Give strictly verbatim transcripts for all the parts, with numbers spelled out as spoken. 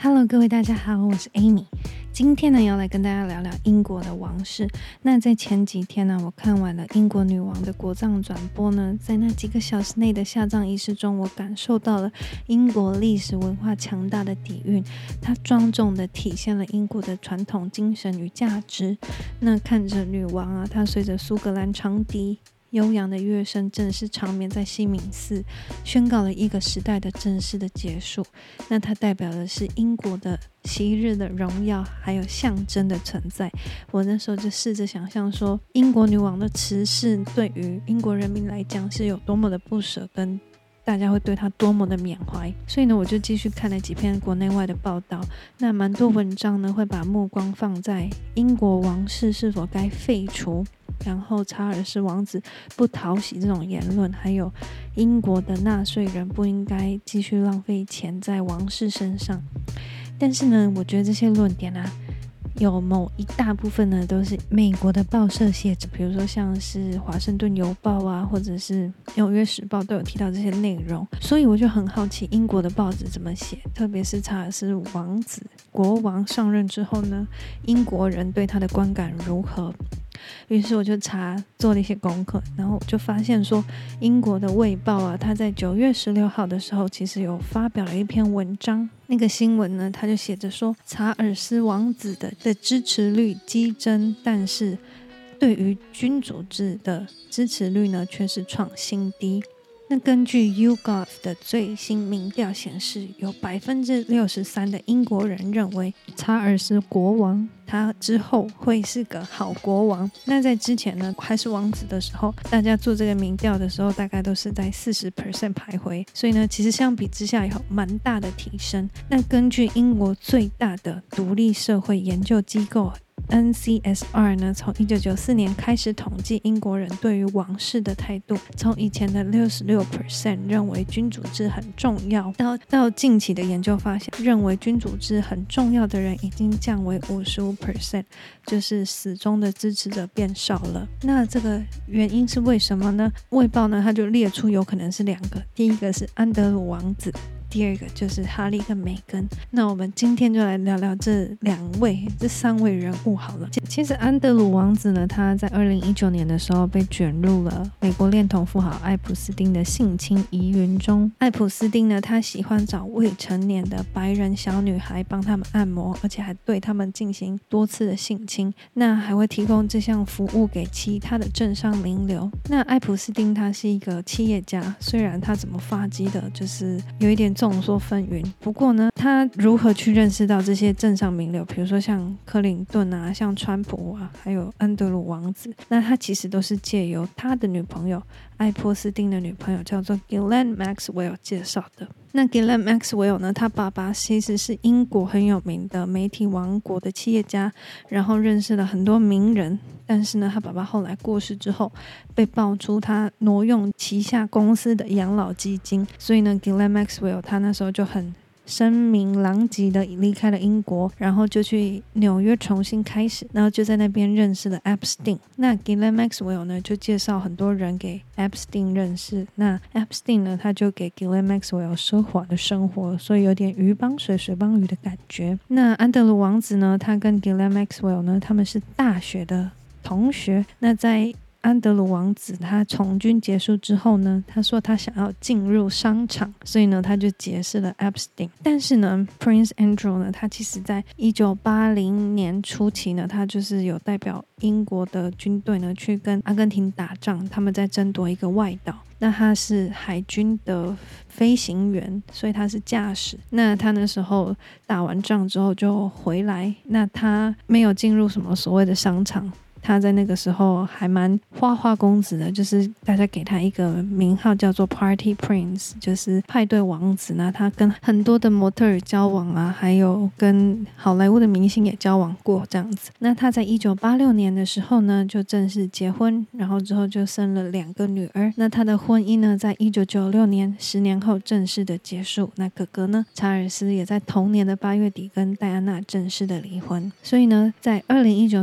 Hello， 各位大家好，我是 Amy。今天呢，要来跟大家聊聊英国的王室。那在前几天呢，我看完了英国女王的国葬转播呢，在那几个小时内的下葬仪式中，我感受到了英国历史文化强大的底蕴，它庄重的体现了英国的传统精神与价值。那看着女王啊，她随着苏格兰长笛悠扬的乐声正式长眠在西敏寺，宣告了一个时代的正式的结束。那它代表的是英国的昔日的荣耀，还有象征的存在。我那时候就试着想象说，英国女王的辞世对于英国人民来讲是有多么的不舍，跟大家会对她多么的缅怀。所以呢，我就继续看了几篇国内外的报道。那蛮多文章呢，会把目光放在英国王室是否该废除，然后查尔斯王子不讨喜这种言论，还有英国的纳税人不应该继续浪费钱在王室身上。但是呢，我觉得这些论点啊，有某一大部分呢都是美国的报社写着，比如说像是华盛顿邮报啊，或者是纽约时报都有提到这些内容。所以我就很好奇英国的报纸怎么写，特别是查尔斯王子国王上任之后呢，英国人对他的观感如何。于是我就查做了一些功课，然后就发现说，英国的卫报啊，他在九月十六号的时候，其实有发表了一篇文章。那个新闻呢，他就写着说，查尔斯王子的的支持率激增，但是对于君主制的支持率呢，却是创新低。那根据 YouGov 的最新民调显示，有 百分之六十三 的英国人认为查尔斯国王他之后会是个好国王。那在之前呢，还是王子的时候，大家做这个民调的时候，大概都是在 百分之四十 徘徊。所以呢，其实相比之下有蛮大的提升。那根据英国最大的独立社会研究机构N C S R 呢，从一九九四年开始统计英国人对于王室的态度，从以前的 百分之六十六 认为君主制很重要，到到近期的研究发现，认为君主制很重要的人已经降为 百分之五十五， 就是始终的支持者变少了。那这个原因是为什么呢？卫报呢，它就列出有可能是两个，第一个是安德鲁王子，第二个就是哈利跟梅根。那我们今天就来聊聊这两位这三位人物好了。其实安德鲁王子呢，他在二零一九年的时候被卷入了美国恋童富豪艾普斯丁的性侵疑云中。艾普斯丁呢，他喜欢找未成年的白人小女孩帮他们按摩，而且还对他们进行多次的性侵，那还会提供这项服务给其他的政商名流。那艾普斯丁他是一个企业家，虽然他怎么发迹的就是有一点众说纷纭，不过呢，他如何去认识到这些政商名流，比如说像克林顿啊，像川普啊，还有安德鲁王子，那他其实都是借由他的女朋友艾珀斯丁的女朋友叫做 Ghislaine Maxwell 介绍的。那 Ghislaine Maxwell 呢，他爸爸其实是英国很有名的媒体王国的企业家，然后认识了很多名人，但是呢，他爸爸后来过世之后，被爆出他挪用旗下公司的养老基金，所以呢 Ghislaine Maxwell 他那时候就很声名狼藉的离开了英国，然后就去纽约重新开始，然后就在那边认识了 Epstein。 那 Ghislaine Maxwell 呢，就介绍很多人给 Epstein 认识，那 Epstein 呢，他就给 Ghislaine Maxwell 奢华的生活，所以有点鱼帮水水帮鱼的感觉。那安德鲁王子呢，他跟 Ghislaine Maxwell 呢，他们是大学的同学。那在安德鲁王子他从军结束之后呢，他说他想要进入商场，所以呢他就结识了 Epstein。 但是呢 Prince Andrew 呢，他其实在一九八零年初期呢，他就是有代表英国的军队呢去跟阿根廷打仗，他们在争夺一个外岛，那他是海军的飞行员，所以他是驾驶。那他那时候打完仗之后就回来，那他没有进入什么所谓的商场，他在那个时候还蛮花花公子的，就是大家给他一个名号叫做 Party Prince， 就是派对王子。那他跟很多的模特儿交往啊，还有跟好莱坞的明星也交往过这样子。那他在一九八六年的时候呢，就正式结婚，然后之后就生了两个女儿。那他的婚姻呢，在一九九六年十年后正式的结束。那哥哥呢，查尔斯也在同年的八月底跟戴安娜正式的离婚。所以呢，在二零一九年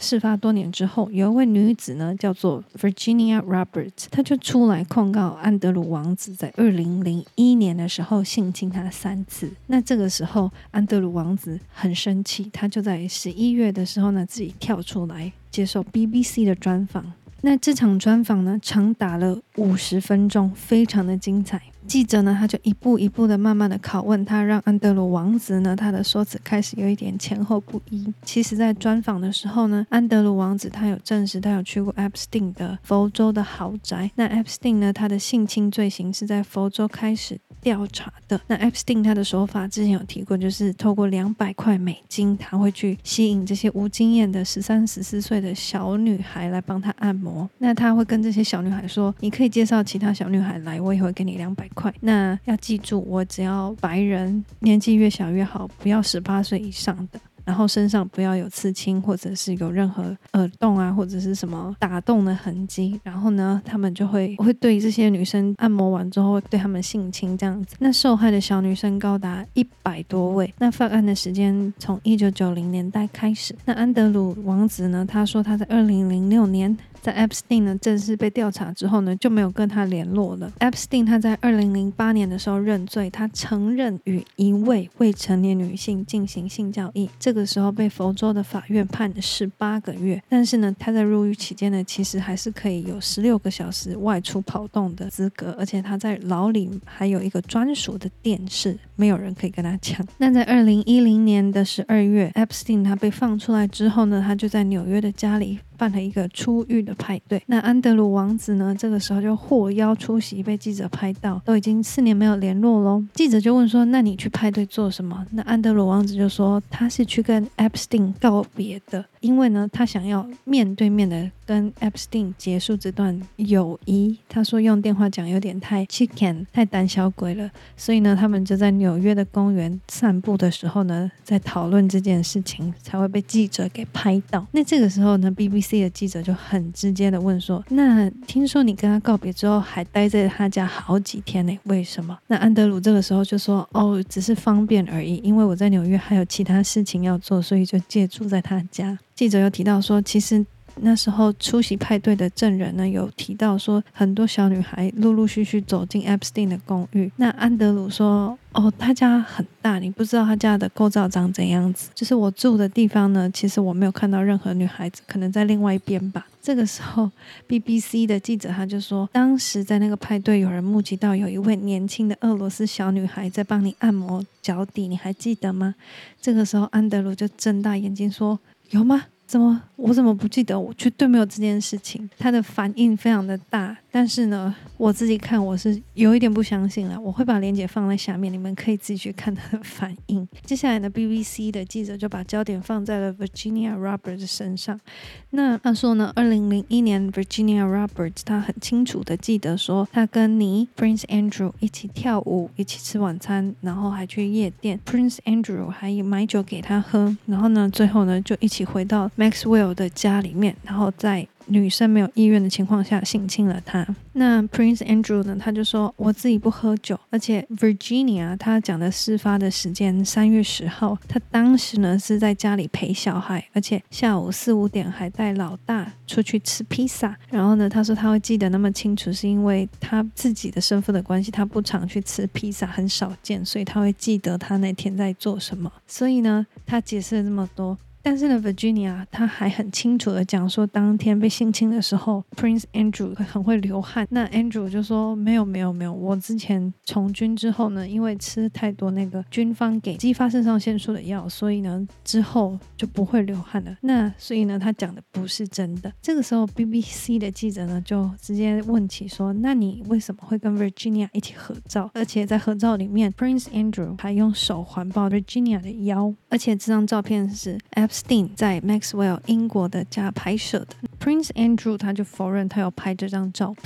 事发多年之后，有一位女子呢叫做 Virginia Roberts， 她就出来控告安德鲁王子在二零零一年的时候性侵她三次。那这个时候安德鲁王子很生气，他就在十一月的时候呢自己跳出来接受 B B C 的专访。那这场专访呢长达了五十分钟，非常的精彩。记者呢他就一步一步的慢慢的拷问他，让安德鲁王子呢他的说辞开始有一点前后不一。其实在专访的时候呢，安德鲁王子他有证实他有去过 Epstein 的佛州的豪宅。那 Epstein 呢他的性侵罪行是在佛州开始调查的。那 Epstein 他的手法之前有提过，就是透过两百块美金，他会去吸引这些无经验的十三、十四岁的小女孩来帮他按摩。那他会跟这些小女孩说，你可以介绍其他小女孩来，我也会给你两百块。那要记住，我只要白人，年纪越小越好，不要十八岁以上的，然后身上不要有刺青，或者是有任何耳洞啊，或者是什么打洞的痕迹。然后呢，他们就会会对这些女生按摩完之后，会对他们性侵这样子。那受害的小女生高达一百多位。那犯案的时间从一九九零年代开始。那安德鲁王子呢，他说他在二零零六年。在 Epstein 呢正式被调查之后呢，就没有跟他联络了。Epstein 他在二零零八年的时候认罪，他承认与一位未成年女性进行性交易，这个时候被佛州的法院判了十八个月。但是呢，他在入狱期间呢，其实还是可以有十六个小时外出跑动的资格，而且他在牢里还有一个专属的电视，没有人可以跟他抢。那在二零一零年的十二月 Epstein 他被放出来之后呢，他就在纽约的家里办了一个出狱的派对。那安德鲁王子呢，这个时候就获邀出席，被记者拍到，都已经四年没有联络咯。记者就问说，那你去派对做什么？那安德鲁王子就说，他是去跟 Epstein 告别的，因为呢，他想要面对面的跟 Epstein 结束这段友谊。他说用电话讲有点太 chicken 太胆小鬼了，所以呢，他们就在纽约的公园散步的时候呢，在讨论这件事情，才会被记者给拍到。那这个时候呢 B B C 的记者就很直接的问说，那听说你跟他告别之后还待在他家好几天呢，为什么？那安德鲁这个时候就说，哦，只是方便而已，因为我在纽约还有其他事情要做，所以就借住在他家。记者又提到说，其实那时候出席派对的证人呢，有提到说很多小女孩陆陆续续走进 Epstein 的公寓。那安德鲁说，哦，他家很大，你不知道他家的构造长怎样子，就是我住的地方呢，其实我没有看到任何女孩子，可能在另外一边吧。这个时候 B B C 的记者他就说，当时在那个派对有人目击到有一位年轻的俄罗斯小女孩在帮你按摩脚底，你还记得吗？这个时候安德鲁就睁大眼睛说，有吗？怎么我怎么不记得？我绝对没有这件事情。他的反应非常的大，但是呢，我自己看我是有一点不相信了。我会把链接放在下面，你们可以自己去看他的反应。接下来呢 B B C 的记者就把焦点放在了 Virginia Roberts 身上。那他说呢，二零零一年 Virginia Roberts 他很清楚的记得说，他跟你 Prince Andrew 一起跳舞，一起吃晚餐，然后还去夜店。Prince Andrew 还买酒给他喝，然后呢，最后呢就一起回到Maxwell 的家里面，然后在女生没有意愿的情况下性侵了他。那 Prince Andrew 呢，他就说，我自己不喝酒，而且 Virginia 他讲的事发的时间三月十号，他当时呢是在家里陪小孩，而且下午四五点还带老大出去吃披萨。然后呢，他说他会记得那么清楚，是因为他自己的身份的关系，他不常去吃披萨，很少见，所以他会记得他那天在做什么。所以呢，他解释了这么多。但是呢 Virginia 她还很清楚的讲说，当天被性侵的时候 Prince Andrew 很会流汗。那 Andrew 就说，没有没有没有，我之前从军之后呢，因为吃太多那个军方给激发肾上腺素的药，所以呢之后就不会流汗了。那所以呢他讲的不是真的。这个时候 B B C 的记者呢就直接问起说，那你为什么会跟 Virginia 一起合照？而且在合照里面 Prince Andrew 还用手环抱 Virginia 的腰，而且这张照片是 Epstein 在 Maxwell 英国的家拍摄的。 Prince Andrew 他就否认他有拍这张照片。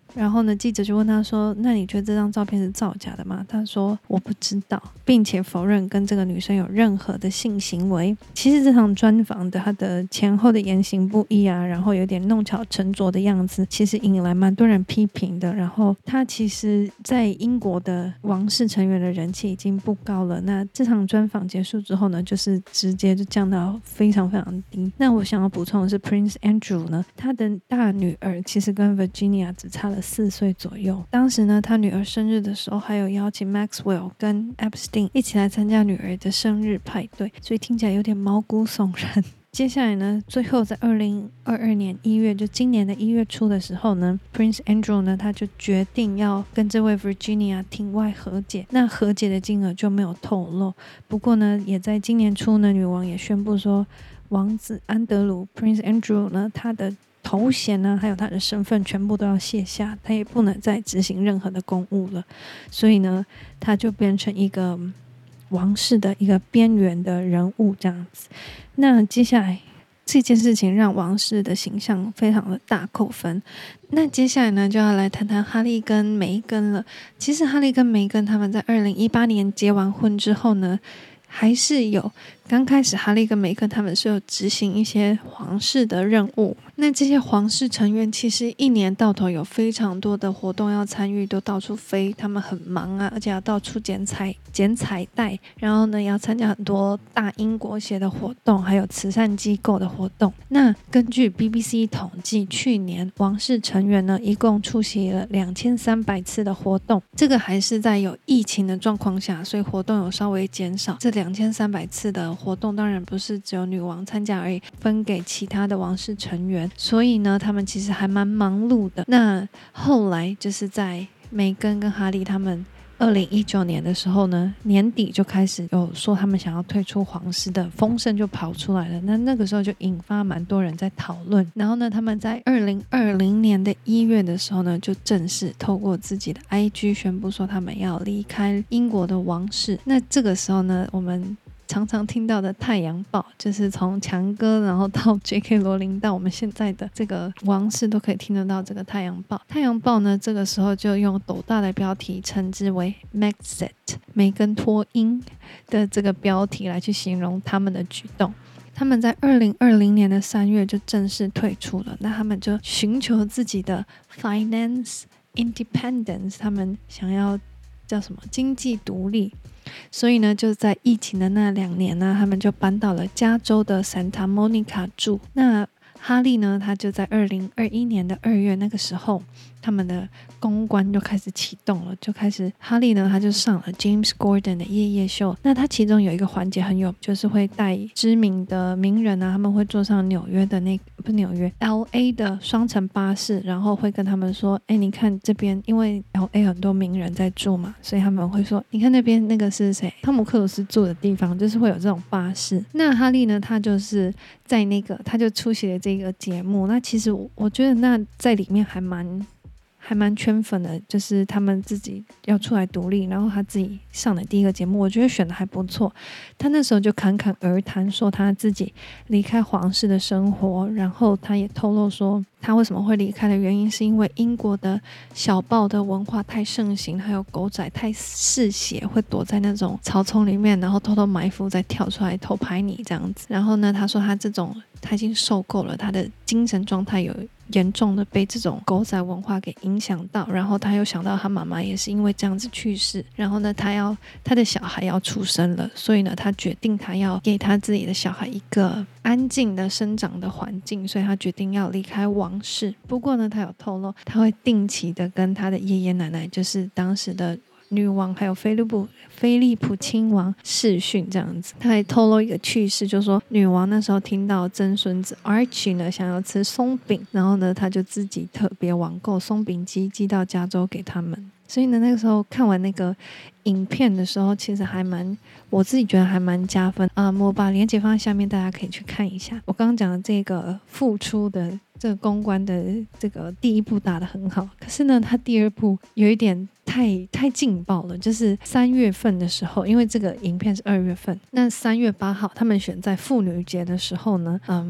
然后呢，记者就问他说，那你觉得这张照片是造假的吗？他说我不知道，并且否认跟这个女生有任何的性行为。其实这场专访的他的前后的言行不一啊，然后有点弄巧成拙的样子，其实引来蛮多人批评的。然后他其实在英国的王室成员的人气已经不高了，那这场专访结束之后呢，就是直接就降到非常非常低。那我想要补充的是 Prince Andrew 呢，他的大女儿其实跟 Virginia 只差了四岁左右。当时呢，他女儿生日的时候还有邀请 Maxwell 跟 Epstein 一起来参加女儿的生日派对，所以听起来有点毛骨悚然。接下来呢，最后在二零二二年一月，就今年的一月初的时候呢 Prince Andrew 呢，他就决定要跟这位 Virginia 庭外和解，那和解的金额就没有透露。不过呢，也在今年初呢，女王也宣布说，王子安德鲁 Prince Andrew 呢，他的头衔呢，还有他的身份全部都要卸下，他也不能再执行任何的公务了，所以呢，他就变成一个王室的一个边缘的人物这样子。那接下来这件事情让王室的形象非常的大扣分。那接下来呢，就要来谈谈哈利跟梅根了。其实哈利跟梅根他们在二零一八年结完婚之后呢，还是有刚开始哈利跟梅根他们是有执行一些皇室的任务。那这些皇室成员其实一年到头有非常多的活动要参与，都到处飞，他们很忙啊，而且要到处捡彩捡彩带，然后呢要参加很多大英国协的活动，还有慈善机构的活动。那根据 B B C 统计，去年王室成员呢一共出席了两千三百次的活动，这个还是在有疫情的状况下，所以活动有稍微减少。这两千三百次的活动当然不是只有女王参加而已，分给其他的王室成员，所以呢他们其实还蛮忙碌的。那后来就是在梅根跟哈利他们二零一九年的时候呢，年底就开始有说他们想要退出皇室的风声就跑出来了。那那个时候就引发蛮多人在讨论。然后呢，他们在二零二零年的一月的时候呢，就正式透过自己的 I G 宣布说他们要离开英国的王室。那这个时候呢，我们常常听到的太阳报，就是从强哥然后到 J K 罗琳到我们现在的这个王室都可以听得到这个太阳报。太阳报呢这个时候就用斗大的标题称之为 Maxet 梅根脱英的这个标题来去形容他们的举动。他们在二零二零年的三月就正式退出了，那他们就寻求自己的 finance independence， 他们想要叫什么经济独立。所以呢，就在疫情的那两年呢，他们就搬到了加州的 Santa Monica 住。那哈利呢，他就在二零二一年的二月那个时候，他们的公关就开始启动了，就开始哈利呢，他就上了 James Corden 的夜夜秀。那他其中有一个环节很有，就是会带知名的名人啊，他们会坐上纽约的那不是纽约 L A 的双层巴士，然后会跟他们说，哎，你看这边，因为 L A 很多名人在住嘛，所以他们会说，你看那边那个是谁？汤姆克鲁斯住的地方，就是会有这种巴士。那哈利呢，他就是在那个，他就出席了这个节目。那其实我我觉得那在里面还蛮。还蛮圈粉的，就是他们自己要出来独立，然后他自己上的第一个节目，我觉得选的还不错。他那时候就侃侃而谈，说他自己离开皇室的生活，然后他也透露说他为什么会离开的原因是因为英国的小报的文化太盛行，还有狗仔太嗜血，会躲在那种草丛里面，然后偷偷埋伏再跳出来偷拍你这样子。然后呢，他说他这种他已经受够了，他的精神状态有严重的被这种狗仔文化给影响到，然后他又想到他妈妈也是因为这样子去世，然后呢他要他的小孩要出生了，所以呢他决定他要给他自己的小孩一个安静的生长的环境，所以他决定要离开王室。不过呢他有透露他会定期的跟他的爷爷奶奶，就是当时的女王还有菲利普菲利普亲王视讯这样子。他还透露一个趣事，就说女王那时候听到曾孙子 Archie 呢想要吃松饼，然后呢他就自己特别网购松饼机寄到加州给他们。所以呢那个时候看完那个影片的时候，其实还蛮我自己觉得还蛮加分啊、嗯！我把链接放在下面，大家可以去看一下。我刚刚讲的这个付出的这个公关的这个第一步打得很好，可是呢他第二步有一点太太劲爆了。就是三月份的时候，因为这个影片是二月份，那三月八号他们选在妇女节的时候呢，嗯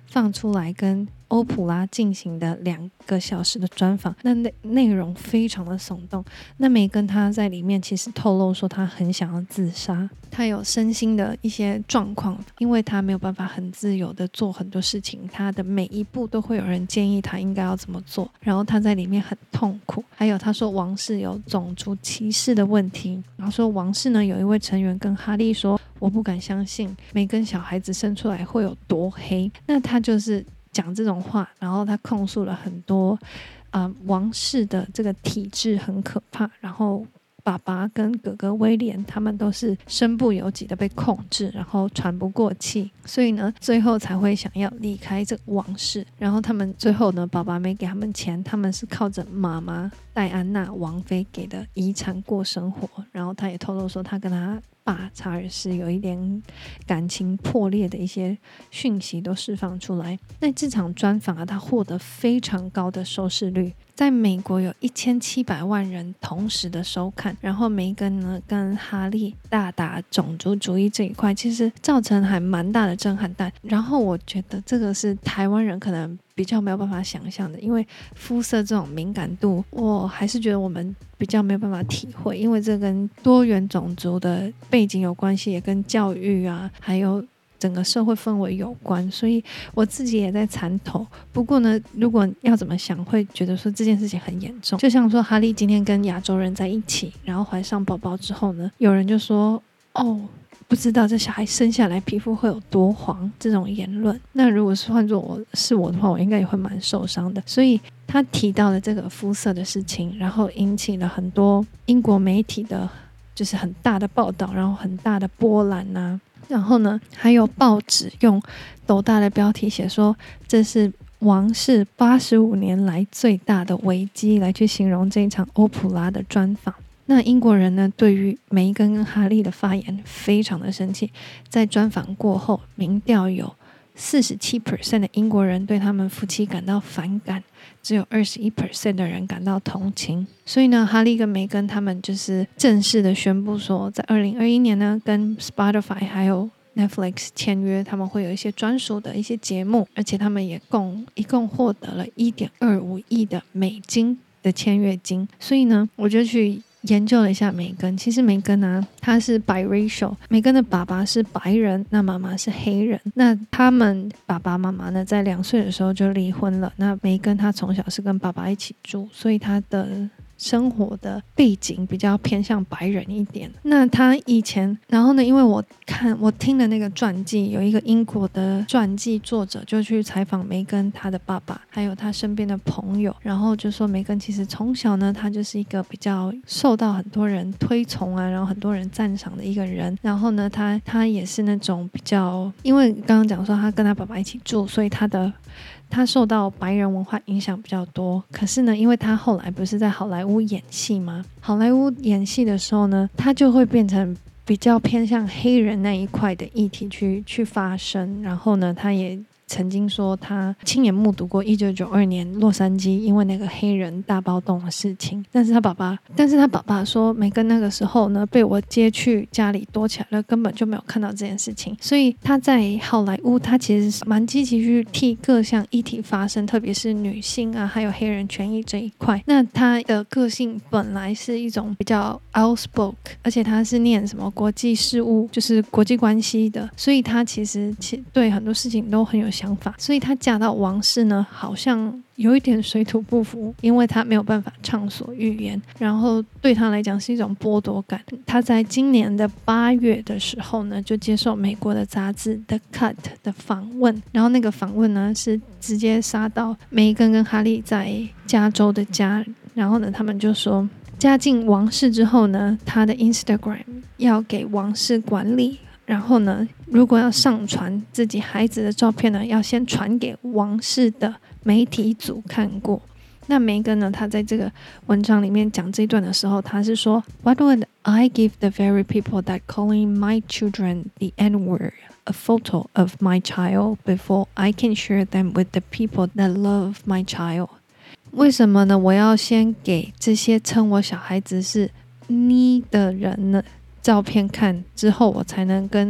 放出来跟欧普拉进行的两个小时的专访，那内内容非常的耸动。那梅根她在里面其实透露说她很想要自杀，她有身心的一些状况，因为她没有办法很自由的做很多事情，她的每一步都会有人建议她应该要怎么做，然后她在里面很痛苦。还有她说王室有种族歧视的问题，然后说王室呢有一位成员跟哈利说，我不敢相信梅根小孩子生出来会有多黑。那她就是讲这种话，然后他控诉了很多、呃、王室的这个体制很可怕，然后爸爸跟哥哥威廉他们都是身不由己的被控制，然后喘不过气，所以呢最后才会想要离开这个王室。然后他们最后呢，爸爸没给他们钱，他们是靠着妈妈戴安娜王妃给的遗产过生活。然后他也透露说他跟他爸查尔斯有一点感情破裂的一些讯息都释放出来。那这场专访啊，他获得非常高的收视率，在美国有一千七百万人同时的收看。然后梅根呢跟哈利大打种族主义这一块，其实造成还蛮大的震撼弹。然后我觉得这个是台湾人可能比较没有办法想象的，因为肤色这种敏感度，我还是觉得我们比较没有办法体会，因为这跟多元种族的背景有关系，也跟教育啊，还有整个社会氛围有关，所以我自己也在参透。不过呢，如果要怎么想，会觉得说这件事情很严重。就像说哈利今天跟亚洲人在一起，然后怀上宝宝之后呢，有人就说哦，不知道这小孩生下来皮肤会有多黄，这种言论。那如果是换作我是我的话，我应该也会蛮受伤的。所以他提到了这个肤色的事情，然后引起了很多英国媒体的就是很大的报道，然后很大的波澜啊。然后呢，还有报纸用斗大的标题写说这是王室八十五年来最大的危机，来去形容这一场欧普拉的专访。那英国人呢，对于梅根跟哈利的发言非常的生气。在专访过后，民调有 百分之四十七 的英国人对他们夫妻感到反感，只有 百分之二十一 的人感到同情。所以呢，哈利跟梅根他们就是正式的宣布说，在二零二一年呢，跟 Spotify 还有 Netflix 签约，他们会有一些专属的一些节目，而且他们也共一共获得了 一点二五亿的美金的签约金。所以呢，我就去研究了一下梅根。其实梅根啊，她是 biracial， 梅根的爸爸是白人，那妈妈是黑人。那他们爸爸妈妈呢，在两岁的时候就离婚了。那梅根她从小是跟爸爸一起住，所以她的生活的背景比较偏向白人一点。那他以前，然后呢，因为我看我听的那个传记，有一个英国的传记作者就去采访梅根他的爸爸还有他身边的朋友，然后就说梅根其实从小呢，他就是一个比较受到很多人推崇啊，然后很多人赞赏的一个人。然后呢，他他也是那种比较，因为刚刚讲说他跟他爸爸一起住，所以他的他受到白人文化影响比较多。可是呢，因为他后来不是在好莱坞演戏吗？好莱坞演戏的时候呢，他就会变成比较偏向黑人那一块的议题去去发声。然后呢，他也曾经说他亲眼目睹过一九九二年洛杉矶因为那个黑人大暴动的事情。但是他爸爸但是他爸爸说，梅根那个时候呢被我接去家里躲起来了，根本就没有看到这件事情。所以他在好莱坞他其实是蛮积极去替各项议题发声，特别是女性啊还有黑人权益这一块。那他的个性本来是一种比较 outspoken， 而且他是念什么国际事务，就是国际关系的，所以他其实对很多事情都很有想法。所以他嫁到王室呢，好像有一点水土不服，因为他没有办法畅所欲言，然后对他来讲是一种剥夺感。他在今年的八月的时候呢，就接受美国的杂志 The Cut 的访问，然后那个访问呢是直接杀到梅根跟哈利在加州的家。然后呢，他们就说嫁进王室之后呢，他的 Instagram 要给王室管理，然后呢，如果要上传自己孩子的照片呢，要先传给王室的媒体组看过。那梅根呢，他在这个文章里面讲这一段的时候，他是说 What would I give the very people that calling my children the N-word a photo of my child before I can share them with the people that love my child？ 为什么呢？我要先给这些称我小孩子是你的人呢照片看之后，我才能跟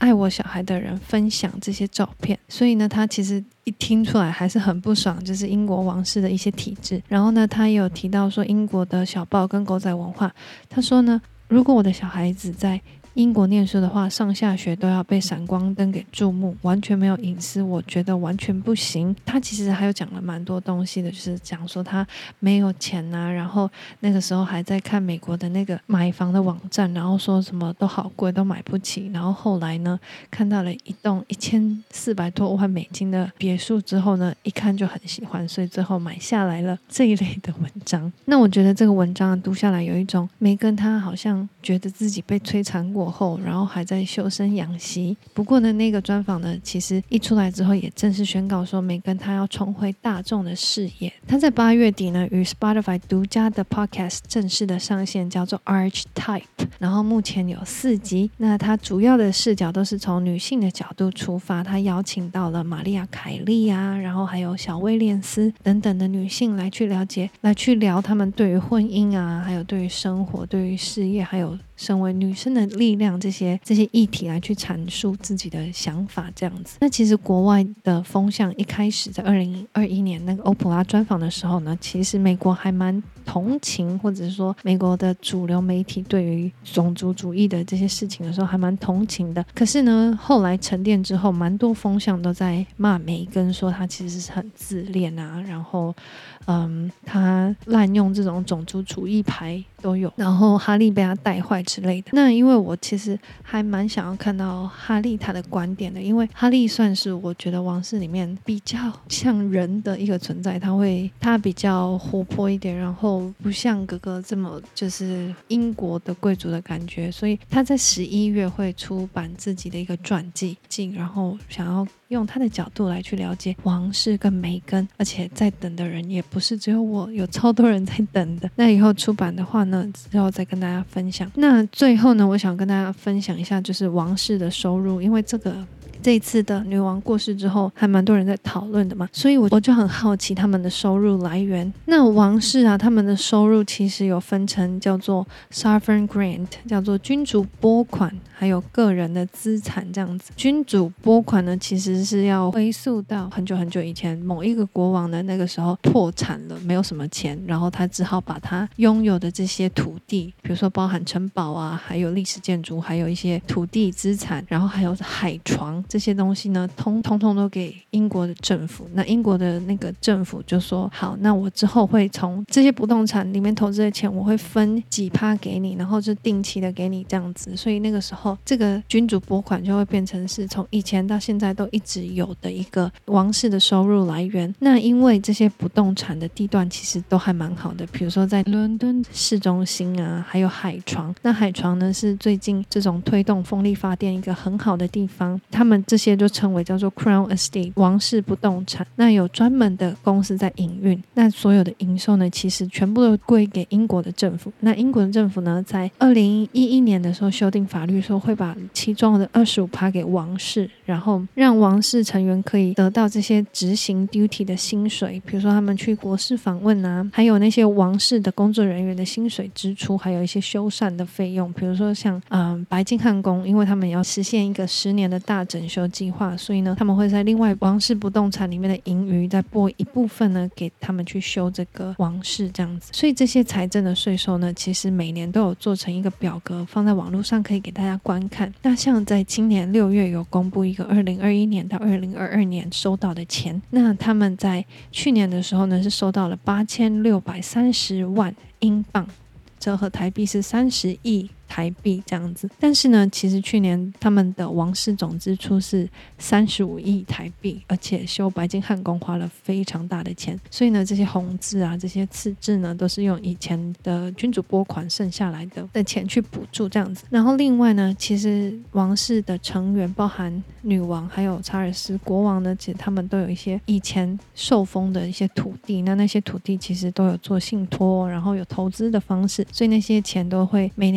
爱我小孩的人分享这些照片，所以呢他其实一听出来还是很不爽，就是英国王室的一些体制。然后呢他也有提到说英国的小报跟狗仔文化，他说呢如果我的小孩子在英国念书的话，上下学都要被闪光灯给注目，完全没有隐私，我觉得完全不行。他其实还有讲了蛮多东西的，就是讲说他没有钱啊，然后那个时候还在看美国的那个买房的网站，然后说什么都好贵，都买不起。然后后来呢看到了一栋一千四百多万美金的别墅之后呢，一看就很喜欢，所以最后买下来了这一类的文章。那我觉得这个文章读下来有一种梅根他好像觉得自己被摧残过后，然后还在修身养息。不过呢那个专访呢其实一出来之后也正式宣告说梅根他要重回大众的视野。他在八月底呢与 Spotify 独家的 podcast 正式的上线，叫做 Archetype， 然后目前有四集。那他主要的视角都是从女性的角度出发，他邀请到了玛丽亚凯莉啊，然后还有小威廉斯等等的女性来去了解来去聊他们对于婚姻啊，还有对于生活，对于事业，还有身为女生的力量，这些这些议题来去阐述自己的想法这样子。那其实国外的风向一开始在二零二一年那个欧普拉专访的时候呢，其实美国还蛮同情，或者是说美国的主流媒体对于种族主义的这些事情的时候还蛮同情的。可是呢后来沉淀之后，蛮多风向都在骂梅根，说他其实是很自恋啊，然后嗯，他滥用这种种族主义牌都有，然后哈利被他带坏之类的。那因为我其实还蛮想要看到哈利他的观点的，因为哈利算是我觉得王室里面比较像人的一个存在，他会他比较活泼一点，然后不像哥哥这么就是英国的贵族的感觉，所以他在十一月会出版自己的一个传记，然后想要用他的角度来去了解王室跟梅根，而且在等的人也不是只有我，有超多人在等的。那以后出版的话呢，之后再跟大家分享。那最后呢，我想跟大家分享一下就是王室的收入，因为这个这一次的女王过世之后还蛮多人在讨论的嘛，所以我我就很好奇他们的收入来源。那王室啊，他们的收入其实有分成叫做 Sovereign Grant， 叫做君主拨款，还有个人的资产这样子。君主拨款呢其实是要回溯到很久很久以前，某一个国王的那个时候破产了，没有什么钱，然后他只好把他拥有的这些土地，比如说包含城堡啊，还有历史建筑，还有一些土地资产，然后还有海床，这些东西呢通通通都给英国的政府。那英国的那个政府就说好，那我之后会从这些不动产里面投资的钱我会分几趴给你，然后就定期的给你这样子。所以那个时候这个君主拨款就会变成是从以前到现在都一直有的一个王室的收入来源。那因为这些不动产的地段其实都还蛮好的，比如说在伦敦市中心啊，还有海床。那海床呢是最近这种推动风力发电一个很好的地方，他们这些就称为叫做 Crown Estate 王室不动产。那有专门的公司在营运，那所有的营收呢其实全部都归给英国的政府。那英国的政府呢在二零一一年的时候修订法律说会把其中的 百分之二十五 给王室，然后让王室成员可以得到这些执行 duty 的薪水，比如说他们去国事访问啊，还有那些王室的工作人员的薪水支出，还有一些修缮的费用，比如说像嗯白金汉宫，因为他们也要实现一个十年的大整修计划，所以呢他们会在另外王室不动产里面的盈余再拨一部分呢给他们去修这个王室这样子。所以这些财政的税收呢其实每年都有做成一个表格放在网络上可以给大家观看。那像在今年六月有公布一个二零二一年到二零二二年收到的钱，那他们在去年的时候呢是收到了八千六百三十万英镑，折合台币是三十亿台币这样子。但是呢其实去年他们的王室总支出是三十五亿台币，而且修白金汉宫花了非常大的钱，所以呢这些红字啊这些刺字呢都是用以前的君主拨款剩下来的的钱去补助这样子。然后另外呢其实王室的成员包含女王还有查尔斯国王呢，其实他们都有一些以前受封的一些土地，那那些土地其实都有做信托，然后有投资的方式，所以那些钱都会每年都会回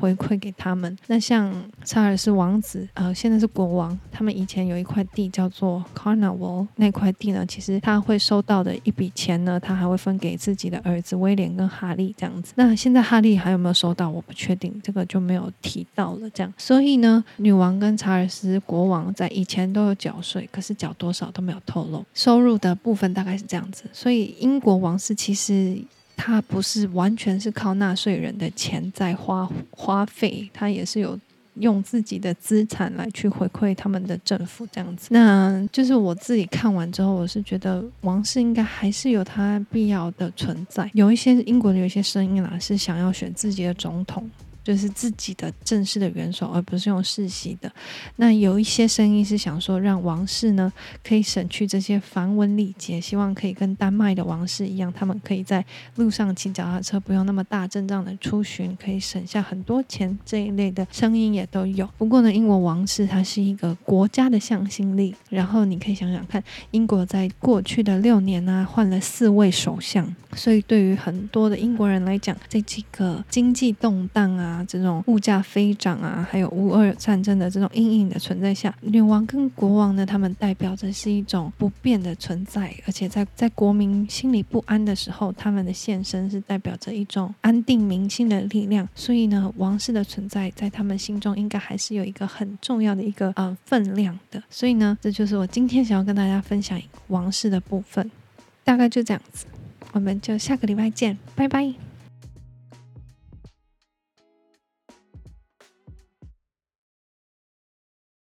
回馈给他们。那像查尔斯王子呃，现在是国王，他们以前有一块地叫做 Cornwall， 那块地呢，其实他会收到的一笔钱呢，他还会分给自己的儿子威廉跟哈利这样子。那现在哈利还有没有收到我不确定，这个就没有提到了这样。所以呢，女王跟查尔斯国王在以前都有缴税，可是缴多少都没有透露，收入的部分大概是这样子。所以英国王室其实它不是完全是靠纳税人的钱在花花费，它也是有用自己的资产来去回馈他们的政府这样子。那就是我自己看完之后，我是觉得王室应该还是有它必要的存在。有一些英国的有一些声音啦，是想要选自己的总统，就是自己的正式的元首，而不是用世袭的。那有一些声音是想说，让王室呢可以省去这些繁文礼节，希望可以跟丹麦的王室一样，他们可以在路上骑脚踏车，不用那么大阵仗的出巡，可以省下很多钱，这一类的声音也都有。不过呢，英国王室它是一个国家的向心力，然后你可以想想看，英国在过去的六年啊换了四位首相，所以对于很多的英国人来讲，这几个经济动荡啊，这种物价飞涨啊，还有乌俄战争的这种阴影的存在下，女王跟国王呢，他们代表着是一种不变的存在，而且在在国民心里不安的时候，他们的现身是代表着一种安定民心的力量。所以呢，王室的存在在他们心中应该还是有一个很重要的一个呃分量的。所以呢，这就是我今天想要跟大家分享王室的部分，大概就这样子，我们就下个礼拜见，拜拜。